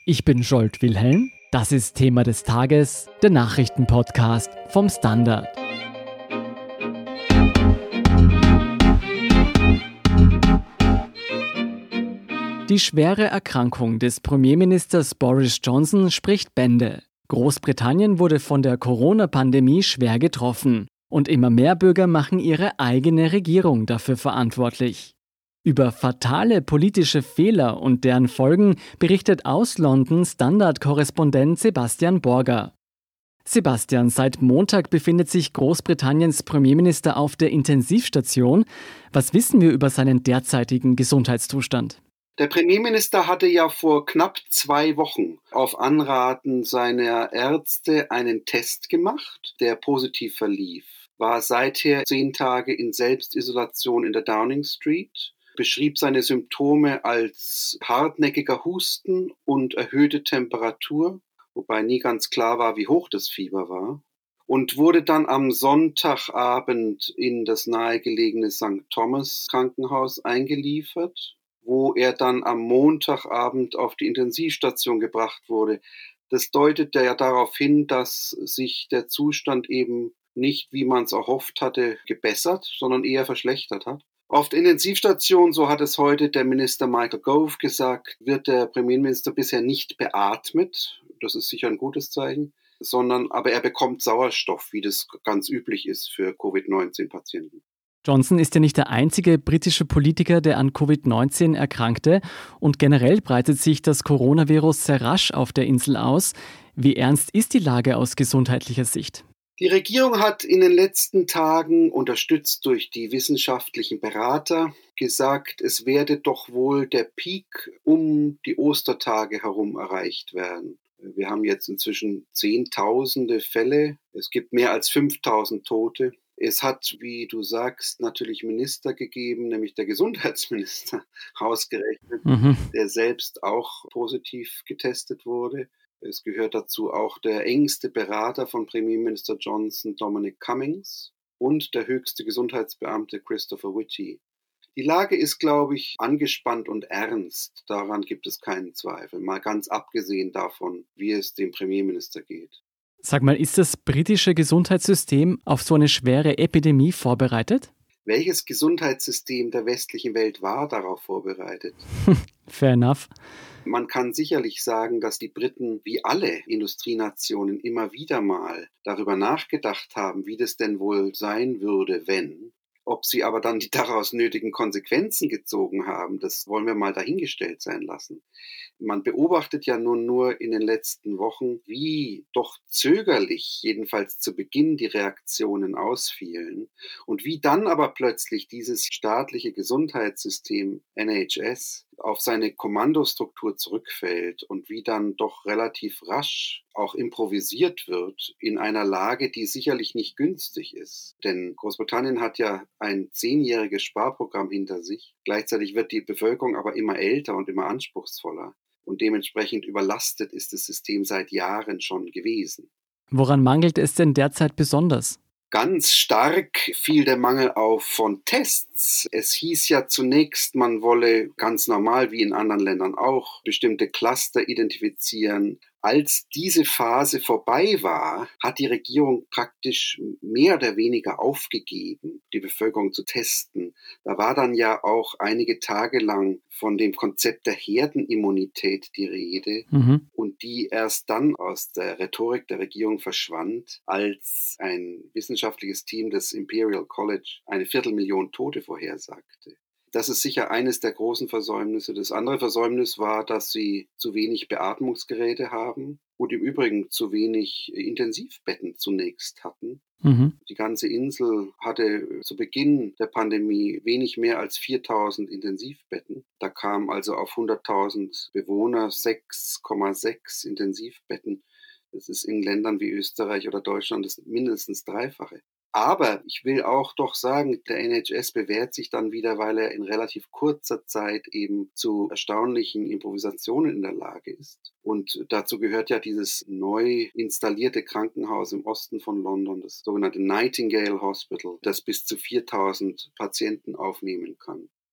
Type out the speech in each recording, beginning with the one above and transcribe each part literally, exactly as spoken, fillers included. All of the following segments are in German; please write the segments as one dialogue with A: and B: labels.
A: Ich bin Scholt Wilhelm. Das ist Thema des Tages, der Nachrichtenpodcast vom Standard. Die schwere Erkrankung des Premierministers Boris Johnson spricht Bände. Großbritannien wurde von der Corona-Pandemie schwer getroffen und immer mehr Bürger machen ihre eigene Regierung dafür verantwortlich. Über fatale politische Fehler und deren Folgen berichtet aus London Standard-Korrespondent Sebastian Borger. Sebastian, seit Montag befindet sich Großbritanniens Premierminister auf der Intensivstation. Was wissen wir über seinen derzeitigen Gesundheitszustand?
B: Der Premierminister hatte ja vor knapp zwei Wochen auf Anraten seiner Ärzte einen Test gemacht, der positiv verlief, war seither zehn Tage in Selbstisolation in der Downing Street, beschrieb seine Symptome als hartnäckiger Husten und erhöhte Temperatur, wobei nie ganz klar war, wie hoch das Fieber war, und wurde dann am Sonntagabend in das nahegelegene Sankt Thomas Krankenhaus eingeliefert, wo er dann am Montagabend auf die Intensivstation gebracht wurde. Das deutet ja darauf hin, dass sich der Zustand eben nicht, wie man es erhofft hatte, gebessert, sondern eher verschlechtert hat. Auf der Intensivstation, so hat es heute der Minister Michael Gove gesagt, wird der Premierminister bisher nicht beatmet. Das ist sicher ein gutes Zeichen, sondern aber er bekommt Sauerstoff, wie das ganz üblich ist für Covid neunzehn Patienten.
A: Johnson ist ja nicht der einzige britische Politiker, der an Covid neunzehn erkrankte. Und generell breitet sich das Coronavirus sehr rasch auf der Insel aus. Wie ernst ist die Lage aus gesundheitlicher Sicht?
B: Die Regierung hat in den letzten Tagen, unterstützt durch die wissenschaftlichen Berater, gesagt, es werde doch wohl der Peak um die Ostertage herum erreicht werden. Wir haben jetzt inzwischen Zehntausende Fälle. Es gibt mehr als fünftausend Tote. Es hat, wie du sagst, natürlich Minister gegeben, nämlich der Gesundheitsminister ausgerechnet, mhm. der selbst auch positiv getestet wurde. Es gehört dazu auch der engste Berater von Premierminister Johnson, Dominic Cummings, und der höchste Gesundheitsbeamte Christopher Whitty. Die Lage ist, glaube ich, angespannt und ernst. Daran gibt es keinen Zweifel, mal ganz abgesehen davon, wie es dem Premierminister geht.
A: Sag mal, ist das britische Gesundheitssystem auf so eine schwere Epidemie vorbereitet?
B: Welches Gesundheitssystem der westlichen Welt war darauf vorbereitet?
A: Fair enough.
B: Man kann sicherlich sagen, dass die Briten wie alle Industrienationen immer wieder mal darüber nachgedacht haben, wie das denn wohl sein würde, wenn. Ob sie aber dann die daraus nötigen Konsequenzen gezogen haben, das wollen wir mal dahingestellt sein lassen. Man beobachtet ja nun nur in den letzten Wochen, wie doch zögerlich, jedenfalls zu Beginn, die Reaktionen ausfielen und wie dann aber plötzlich dieses staatliche Gesundheitssystem N H S auf seine Kommandostruktur zurückfällt und wie dann doch relativ rasch auch improvisiert wird in einer Lage, die sicherlich nicht günstig ist. Denn Großbritannien hat ja ein zehnjähriges Sparprogramm hinter sich. Gleichzeitig wird die Bevölkerung aber immer älter und immer anspruchsvoller. Und dementsprechend überlastet ist das System seit Jahren schon gewesen.
A: Woran mangelt es denn derzeit besonders?
B: Ganz stark fiel der Mangel auf von Tests. Es hieß ja zunächst, man wolle ganz normal wie in anderen Ländern auch bestimmte Cluster identifizieren. Als diese Phase vorbei war, hat die Regierung praktisch mehr oder weniger aufgegeben, die Bevölkerung zu testen. Da war dann ja auch einige Tage lang von dem Konzept der Herdenimmunität die Rede, mhm. und die erst dann aus der Rhetorik der Regierung verschwand, als ein wissenschaftliches Team des Imperial College eine Viertelmillion Tote vorhersagte. Das ist sicher eines der großen Versäumnisse. Das andere Versäumnis war, dass sie zu wenig Beatmungsgeräte haben und im Übrigen zu wenig Intensivbetten zunächst hatten. Mhm. Die ganze Insel hatte zu Beginn der Pandemie wenig mehr als viertausend Intensivbetten. Da kamen also auf hunderttausend Bewohner sechs Komma sechs Intensivbetten. Das ist in Ländern wie Österreich oder Deutschland das mindestens Dreifache. Aber ich will auch doch sagen, der N H S bewährt sich dann wieder, weil er in relativ kurzer Zeit eben zu erstaunlichen Improvisationen in der Lage ist. Und dazu gehört ja dieses neu installierte Krankenhaus im Osten von London, das sogenannte Nightingale Hospital, das bis zu viertausend Patienten aufnehmen kann.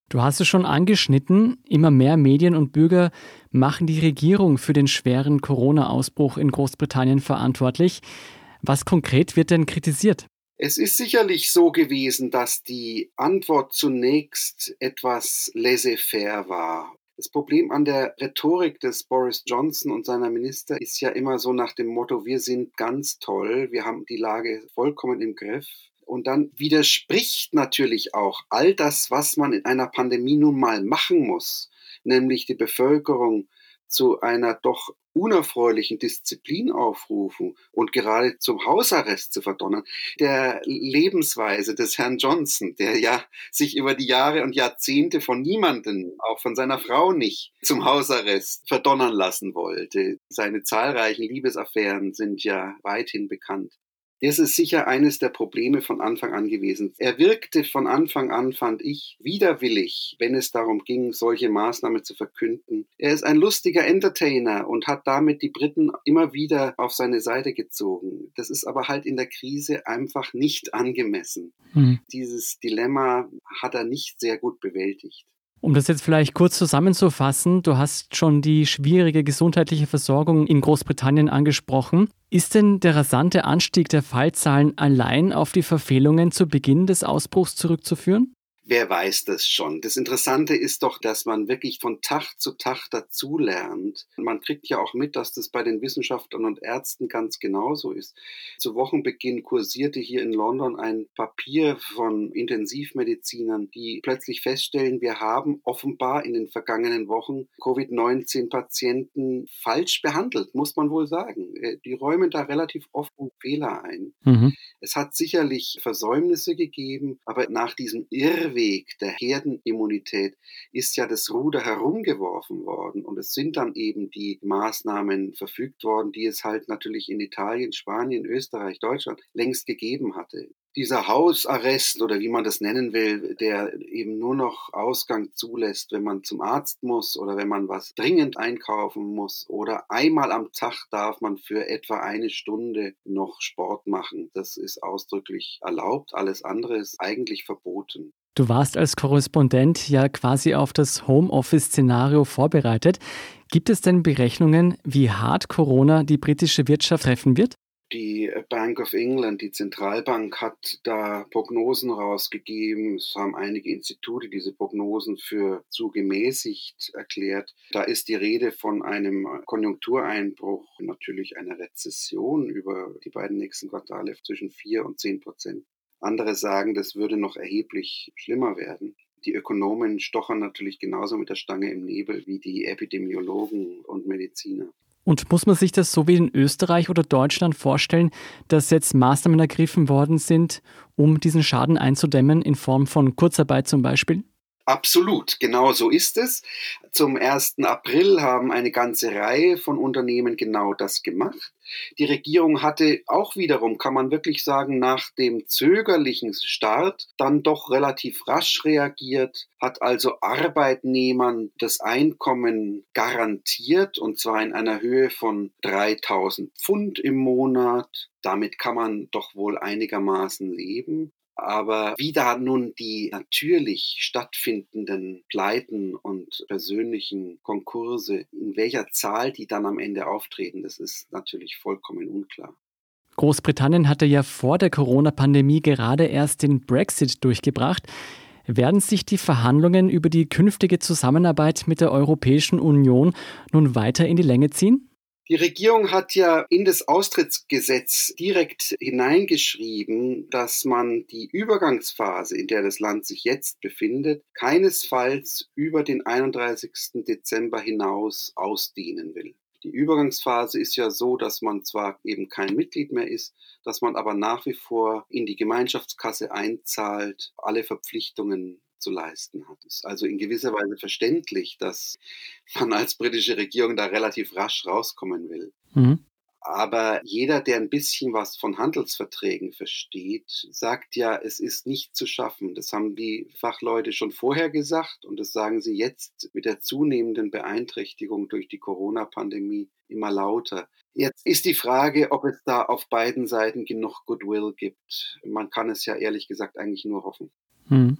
A: Du hast es schon angeschnitten, immer mehr Medien und Bürger machen die Regierung für den schweren Corona-Ausbruch in Großbritannien verantwortlich. Was konkret wird denn kritisiert?
B: Es ist sicherlich so gewesen, dass die Antwort zunächst etwas laissez-faire war. Das Problem an der Rhetorik des Boris Johnson und seiner Minister ist ja immer so nach dem Motto, wir sind ganz toll, wir haben die Lage vollkommen im Griff. Und dann widerspricht natürlich auch all das, was man in einer Pandemie nun mal machen muss, nämlich die Bevölkerung zu einer doch unerfreulichen Disziplin aufrufen und gerade zum Hausarrest zu verdonnern, der Lebensweise des Herrn Johnson, der ja sich über die Jahre und Jahrzehnte von niemandem, auch von seiner Frau nicht, zum Hausarrest verdonnern lassen wollte. Seine zahlreichen Liebesaffären sind ja weithin bekannt. Das ist sicher eines der Probleme von Anfang an gewesen. Er wirkte von Anfang an, fand ich, widerwillig, wenn es darum ging, solche Maßnahmen zu verkünden. Er ist ein lustiger Entertainer und hat damit die Briten immer wieder auf seine Seite gezogen. Das ist aber halt in der Krise einfach nicht angemessen. Mhm. Dieses Dilemma hat er nicht sehr gut bewältigt.
A: Um das jetzt vielleicht kurz zusammenzufassen, du hast schon die schwierige gesundheitliche Versorgung in Großbritannien angesprochen. Ist denn der rasante Anstieg der Fallzahlen allein auf die Verfehlungen zu Beginn des Ausbruchs zurückzuführen?
B: Wer weiß das schon? Das Interessante ist doch, dass man wirklich von Tag zu Tag dazulernt. Man kriegt ja auch mit, dass das bei den Wissenschaftlern und Ärzten ganz genauso ist. Zu Wochenbeginn kursierte hier in London ein Papier von Intensivmedizinern, die plötzlich feststellen, wir haben offenbar in den vergangenen Wochen Covid neunzehn Patienten falsch behandelt, muss man wohl sagen. Die räumen da relativ oft Fehler ein. Mhm. Es hat sicherlich Versäumnisse gegeben, aber nach diesem Irrweg der Herdenimmunität ist ja das Ruder herumgeworfen worden und es sind dann eben die Maßnahmen verfügt worden, die es halt natürlich in Italien, Spanien, Österreich, Deutschland längst gegeben hatte. Dieser Hausarrest oder wie man das nennen will, der eben nur noch Ausgang zulässt, wenn man zum Arzt muss oder wenn man was dringend einkaufen muss oder einmal am Tag darf man für etwa eine Stunde noch Sport machen. Das ist ausdrücklich erlaubt, alles andere ist eigentlich verboten.
A: Du warst als Korrespondent ja quasi auf das Homeoffice-Szenario vorbereitet. Gibt es denn Berechnungen, wie hart Corona die britische Wirtschaft treffen wird?
B: Die Bank of England, die Zentralbank, hat da Prognosen rausgegeben. Es haben einige Institute diese Prognosen für zu gemäßigt erklärt. Da ist die Rede von einem Konjunktureinbruch, natürlich einer Rezession über die beiden nächsten Quartale zwischen vier und zehn Prozent. Andere sagen, das würde noch erheblich schlimmer werden. Die Ökonomen stochern natürlich genauso mit der Stange im Nebel wie die Epidemiologen und Mediziner.
A: Und muss man sich das so wie in Österreich oder Deutschland vorstellen, dass jetzt Maßnahmen ergriffen worden sind, um diesen Schaden einzudämmen, in Form von Kurzarbeit zum Beispiel?
B: Absolut, genau so ist es. Zum ersten April haben eine ganze Reihe von Unternehmen genau das gemacht. Die Regierung hatte auch wiederum, kann man wirklich sagen, nach dem zögerlichen Start dann doch relativ rasch reagiert, hat also Arbeitnehmern das Einkommen garantiert, und zwar in einer Höhe von dreitausend Pfund im Monat. Damit kann man doch wohl einigermaßen leben. Aber wie da nun die natürlich stattfindenden Pleiten und persönlichen Konkurse, in welcher Zahl die dann am Ende auftreten, das ist natürlich vollkommen unklar.
A: Großbritannien hatte ja vor der Corona-Pandemie gerade erst den Brexit durchgebracht. Werden sich die Verhandlungen über die künftige Zusammenarbeit mit der Europäischen Union nun weiter in die Länge ziehen?
B: Die Regierung hat ja in das Austrittsgesetz direkt hineingeschrieben, dass man die Übergangsphase, in der das Land sich jetzt befindet, keinesfalls über den einunddreißigsten Dezember hinaus ausdehnen will. Die Übergangsphase ist ja so, dass man zwar eben kein Mitglied mehr ist, dass man aber nach wie vor in die Gemeinschaftskasse einzahlt, alle Verpflichtungen zu leisten hat. Es ist also in gewisser Weise verständlich, dass man als britische Regierung da relativ rasch rauskommen will. Mhm. Aber jeder, der ein bisschen was von Handelsverträgen versteht, sagt ja, es ist nicht zu schaffen. Das haben die Fachleute schon vorher gesagt und das sagen sie jetzt mit der zunehmenden Beeinträchtigung durch die Corona-Pandemie immer lauter. Jetzt ist die Frage, ob es da auf beiden Seiten genug Goodwill gibt. Man kann es ja ehrlich gesagt eigentlich nur hoffen.
A: Mhm.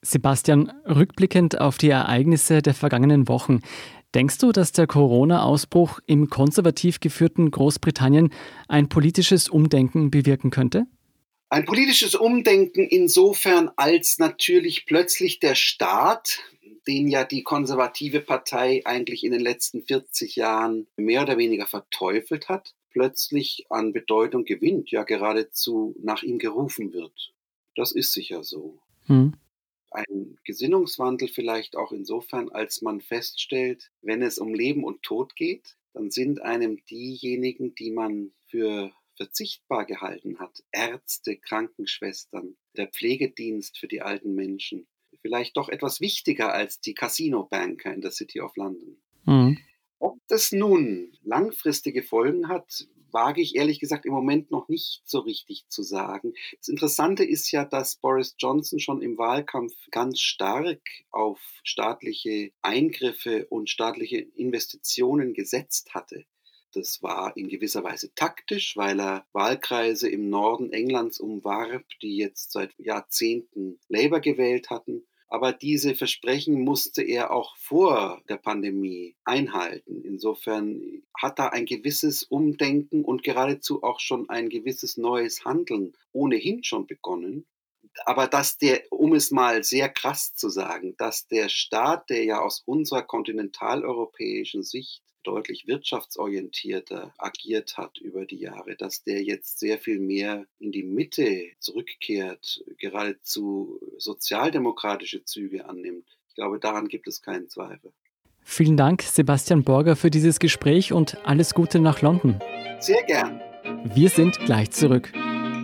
A: Sebastian, rückblickend auf die Ereignisse der vergangenen Wochen, denkst du, dass der Corona-Ausbruch im konservativ geführten Großbritannien ein politisches Umdenken bewirken könnte?
B: Ein politisches Umdenken insofern, als natürlich plötzlich der Staat, den ja die konservative Partei eigentlich in den letzten vierzig Jahren mehr oder weniger verteufelt hat, plötzlich an Bedeutung gewinnt, ja geradezu nach ihm gerufen wird. Das ist sicher so. Hm. Ein Gesinnungswandel vielleicht auch insofern, als man feststellt, wenn es um Leben und Tod geht, dann sind einem diejenigen, die man für verzichtbar gehalten hat, Ärzte, Krankenschwestern, der Pflegedienst für die alten Menschen, vielleicht doch etwas wichtiger als die Casino-Banker in der City of London. Mhm. Ob das nun langfristige Folgen hat, wage ich ehrlich gesagt im Moment noch nicht so richtig zu sagen. Das Interessante ist ja, dass Boris Johnson schon im Wahlkampf ganz stark auf staatliche Eingriffe und staatliche Investitionen gesetzt hatte. Das war in gewisser Weise taktisch, weil er Wahlkreise im Norden Englands umwarb, die jetzt seit Jahrzehnten Labour gewählt hatten. Aber diese Versprechen musste er auch vor der Pandemie einhalten. Insofern hat da ein gewisses Umdenken und geradezu auch schon ein gewisses neues Handeln ohnehin schon begonnen. Aber dass der, um es mal sehr krass zu sagen, dass der Staat, der ja aus unserer kontinentaleuropäischen Sicht deutlich wirtschaftsorientierter agiert hat über die Jahre, dass der jetzt sehr viel mehr in die Mitte zurückkehrt, geradezu sozialdemokratische Züge annimmt. Ich glaube, daran gibt es keinen Zweifel.
A: Vielen Dank, Sebastian Borger, für dieses Gespräch und alles Gute nach London.
B: Sehr gern.
A: Wir sind gleich zurück.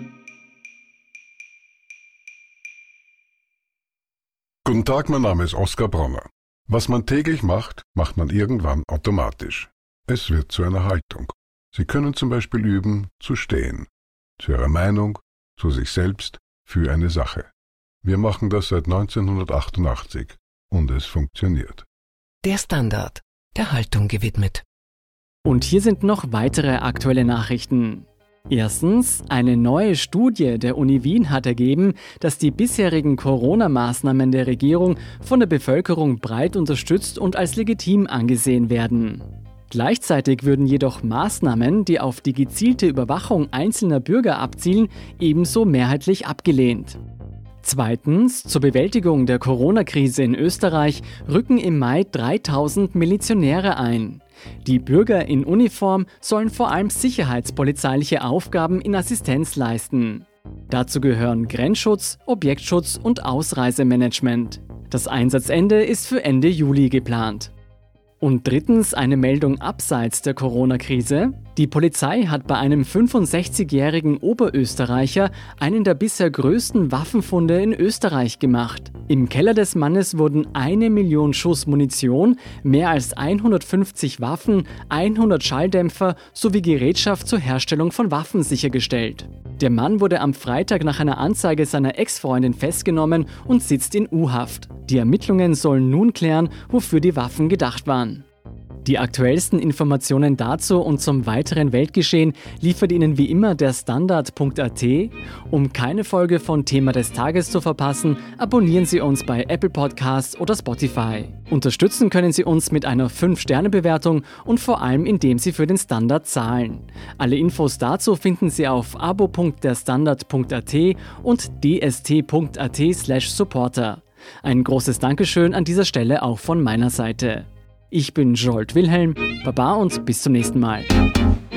C: Guten Tag, mein Name ist Oskar Bronner. Was man täglich macht, macht man irgendwann automatisch. Es wird zu einer Haltung. Sie können zum Beispiel üben, zu stehen. Zu Ihrer Meinung, zu sich selbst, für eine Sache. Wir machen das seit neunzehnhundertachtundachtzig und es funktioniert.
D: Der Standard, der Haltung gewidmet.
A: Und hier sind noch weitere aktuelle Nachrichten. Erstens, eine neue Studie der Uni Wien hat ergeben, dass die bisherigen Corona-Maßnahmen der Regierung von der Bevölkerung breit unterstützt und als legitim angesehen werden. Gleichzeitig würden jedoch Maßnahmen, die auf die gezielte Überwachung einzelner Bürger abzielen, ebenso mehrheitlich abgelehnt. Zweitens, zur Bewältigung der Corona-Krise in Österreich rücken im Mai dreitausend Milizionäre ein. Die Bürger in Uniform sollen vor allem sicherheitspolizeiliche Aufgaben in Assistenz leisten. Dazu gehören Grenzschutz, Objektschutz und Ausreisemanagement. Das Einsatzende ist für Ende Juli geplant. Und drittens eine Meldung abseits der Corona-Krise. Die Polizei hat bei einem fünfundsechzigjährigen Oberösterreicher einen der bisher größten Waffenfunde in Österreich gemacht. Im Keller des Mannes wurden eine Million Schuss Munition, mehr als hundertfünfzig Waffen, hundert Schalldämpfer sowie Gerätschaft zur Herstellung von Waffen sichergestellt. Der Mann wurde am Freitag nach einer Anzeige seiner Ex-Freundin festgenommen und sitzt in U-Haft. Die Ermittlungen sollen nun klären, wofür die Waffen gedacht waren. Die aktuellsten Informationen dazu und zum weiteren Weltgeschehen liefert Ihnen wie immer der Standard punkt a t. Um keine Folge von Thema des Tages zu verpassen, abonnieren Sie uns bei Apple Podcasts oder Spotify. Unterstützen können Sie uns mit einer fünf Sterne Bewertung und vor allem indem Sie für den Standard zahlen. Alle Infos dazu finden Sie auf abo punkt der standard punkt a t und d s t punkt a t slash supporter. Ein großes Dankeschön an dieser Stelle auch von meiner Seite. Ich bin Jolt Wilhelm, Baba und bis zum nächsten Mal.